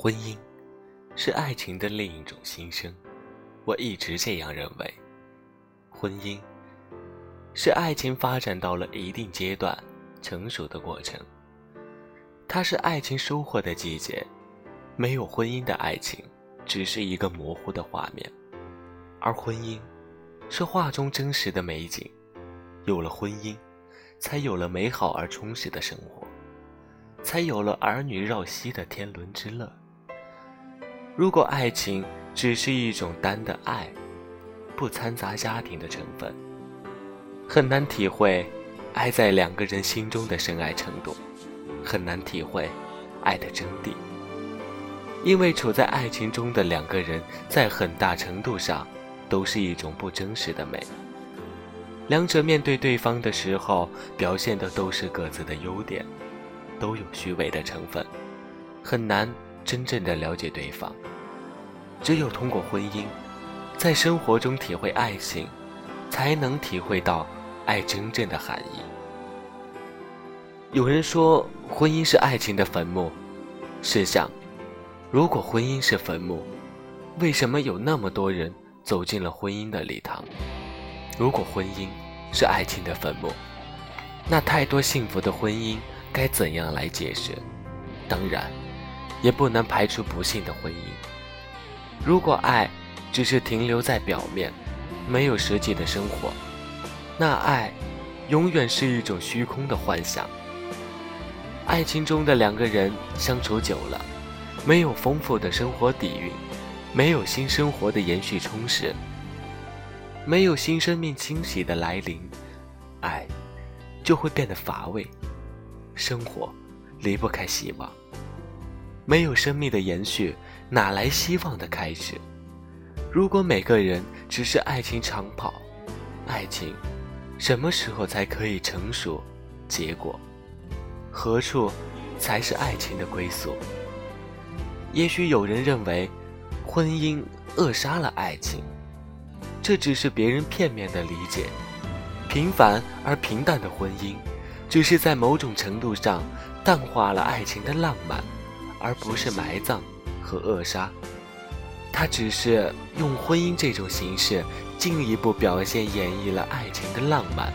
婚姻是爱情的另一种新生，我一直这样认为。婚姻是爱情发展到了一定阶段成熟的过程，它是爱情收获的季节。没有婚姻的爱情只是一个模糊的画面，而婚姻是画中真实的美景。有了婚姻，才有了美好而充实的生活，才有了儿女绕膝的天伦之乐。如果爱情只是一种单的爱，不掺杂家庭的成分，很难体会爱在两个人心中的深爱程度，很难体会爱的真谛。因为处在爱情中的两个人在很大程度上都是一种不真实的美，两者面对对方的时候表现的都是各自的优点，都有虚伪的成分，很难真正的了解对方。只有通过婚姻，在生活中体会爱情，才能体会到爱真正的含义。有人说婚姻是爱情的坟墓，试想，如果婚姻是坟墓，为什么有那么多人走进了婚姻的礼堂？如果婚姻是爱情的坟墓，那太多幸福的婚姻该怎样来解释？当然，也不能排除不幸的婚姻。如果爱只是停留在表面，没有实际的生活，那爱永远是一种虚空的幻想。爱情中的两个人相处久了，没有丰富的生活底蕴，没有新生活的延续充实，没有新生命惊喜的来临，爱就会变得乏味。生活离不开希望，没有生命的延续，哪来希望的开始？如果每个人只是爱情长跑，爱情什么时候才可以成熟结果？何处才是爱情的归宿？也许有人认为婚姻扼杀了爱情，这只是别人片面的理解。平凡而平淡的婚姻只是在某种程度上淡化了爱情的浪漫，而不是埋葬和扼杀。它只是用婚姻这种形式进一步表现演绎了爱情的浪漫。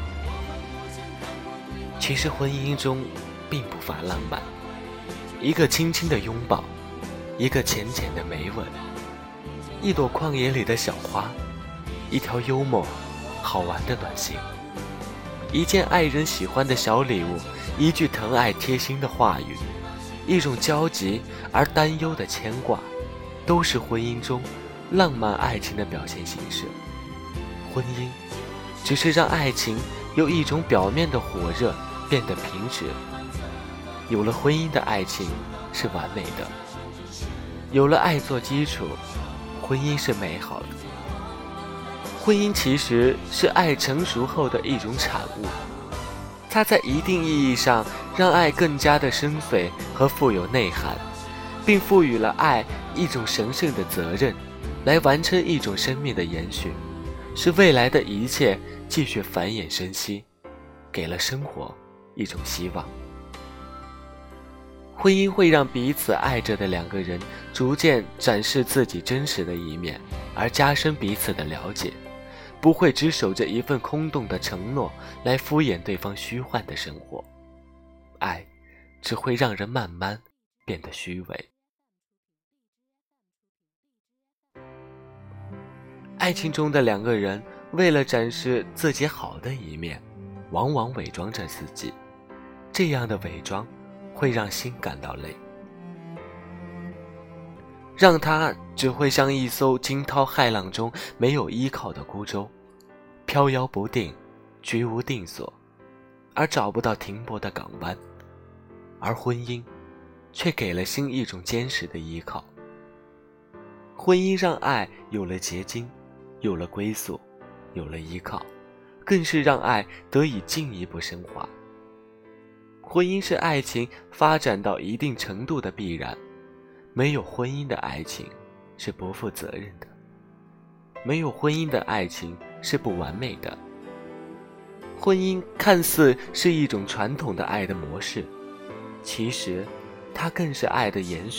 其实婚姻中并不乏浪漫，一个轻轻的拥抱，一个浅浅的眉吻，一朵旷野里的小花，一条幽默好玩的短信，一件爱人喜欢的小礼物，一句疼爱贴心的话语，一种焦急而担忧的牵挂，都是婚姻中浪漫爱情的表现形式。婚姻只是让爱情由一种表面的火热变得平实。有了婚姻的爱情是完美的，有了爱做基础，婚姻是美好的。婚姻其实是爱成熟后的一种产物，它在一定意义上让爱更加的深邃和富有内涵，并赋予了爱一种神圣的责任，来完成一种生命的延续，使未来的一切继续繁衍生息，给了生活一种希望。婚姻会让彼此爱着的两个人逐渐展示自己真实的一面，而加深彼此的了解，不会只守着一份空洞的承诺来敷衍对方虚幻的生活。爱只会让人慢慢变得虚伪。爱情中的两个人为了展示自己好的一面，往往伪装着自己，这样的伪装会让心感到累，让他只会像一艘惊涛骇浪中没有依靠的孤舟，飘摇不定，居无定所，而找不到停泊的港湾。而婚姻却给了心一种坚实的依靠。婚姻让爱有了结晶，有了归宿，有了依靠，更是让爱得以进一步升华。婚姻是爱情发展到一定程度的必然，没有婚姻的爱情是不负责任的，没有婚姻的爱情是不完美的。婚姻看似是一种传统的爱的模式，其实它更是爱的延续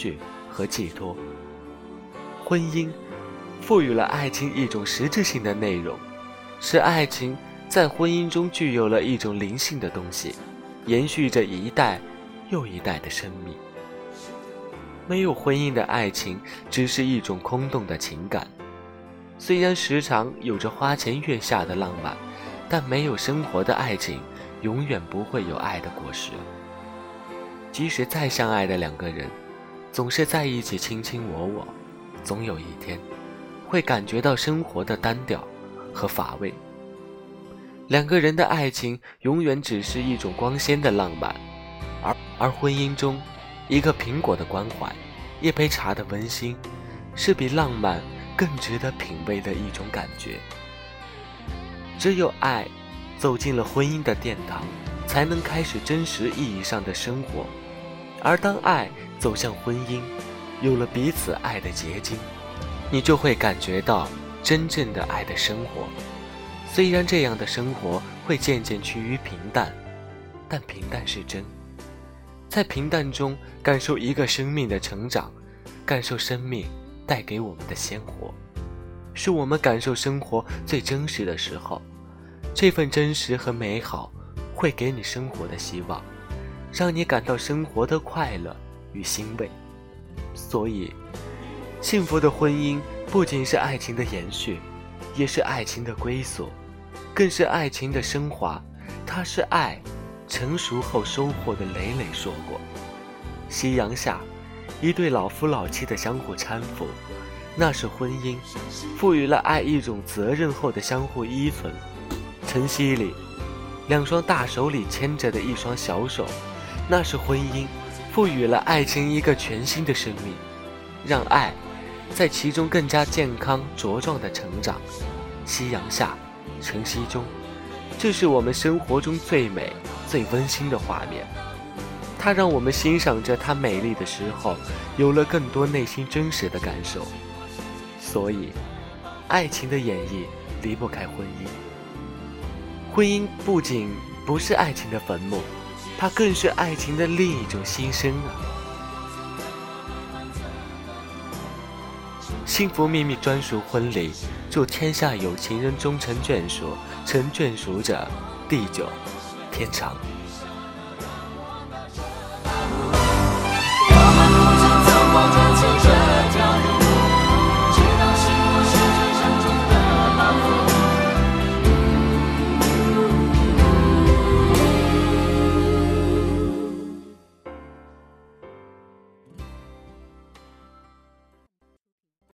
和寄托。婚姻赋予了爱情一种实质性的内容，使爱情在婚姻中具有了一种灵性的东西，延续着一代又一代的生命。没有婚姻的爱情只是一种空洞的情感，虽然时常有着花前月下的浪漫，但没有生活的爱情永远不会有爱的果实。即使再相爱的两个人，总是在一起卿卿我我，总有一天会感觉到生活的单调和乏味。两个人的爱情永远只是一种光鲜的浪漫，而婚姻中一个苹果的关怀，一杯茶的温馨，是比浪漫更值得品味的一种感觉。只有爱走进了婚姻的殿堂，才能开始真实意义上的生活。而当爱走向婚姻，有了彼此爱的结晶，你就会感觉到真正的爱的生活。虽然这样的生活会渐渐趋于平淡，但平淡是真。在平淡中感受一个生命的成长，感受生命带给我们的鲜活，是我们感受生活最真实的时候。这份真实和美好会给你生活的希望，让你感到生活的快乐与欣慰。所以幸福的婚姻不仅是爱情的延续，也是爱情的归宿，更是爱情的升华。它是爱成熟后收获的累累硕果。夕阳下，一对老夫老妻的相互搀扶，那是婚姻赋予了爱一种责任后的相互依存。晨曦里，两双大手里牵着的一双小手，那是婚姻赋予了爱情一个全新的生命，让爱在其中更加健康茁壮的成长。夕阳下，晨曦中，这是我们生活中最美最温馨的画面。它让我们欣赏着它美丽的时候，有了更多内心真实的感受。所以爱情的演绎离不开婚姻。婚姻不仅不是爱情的坟墓，它更是爱情的另一种新生啊！幸福秘密专属婚礼，祝天下有情人终成眷属，成眷属者地久天长。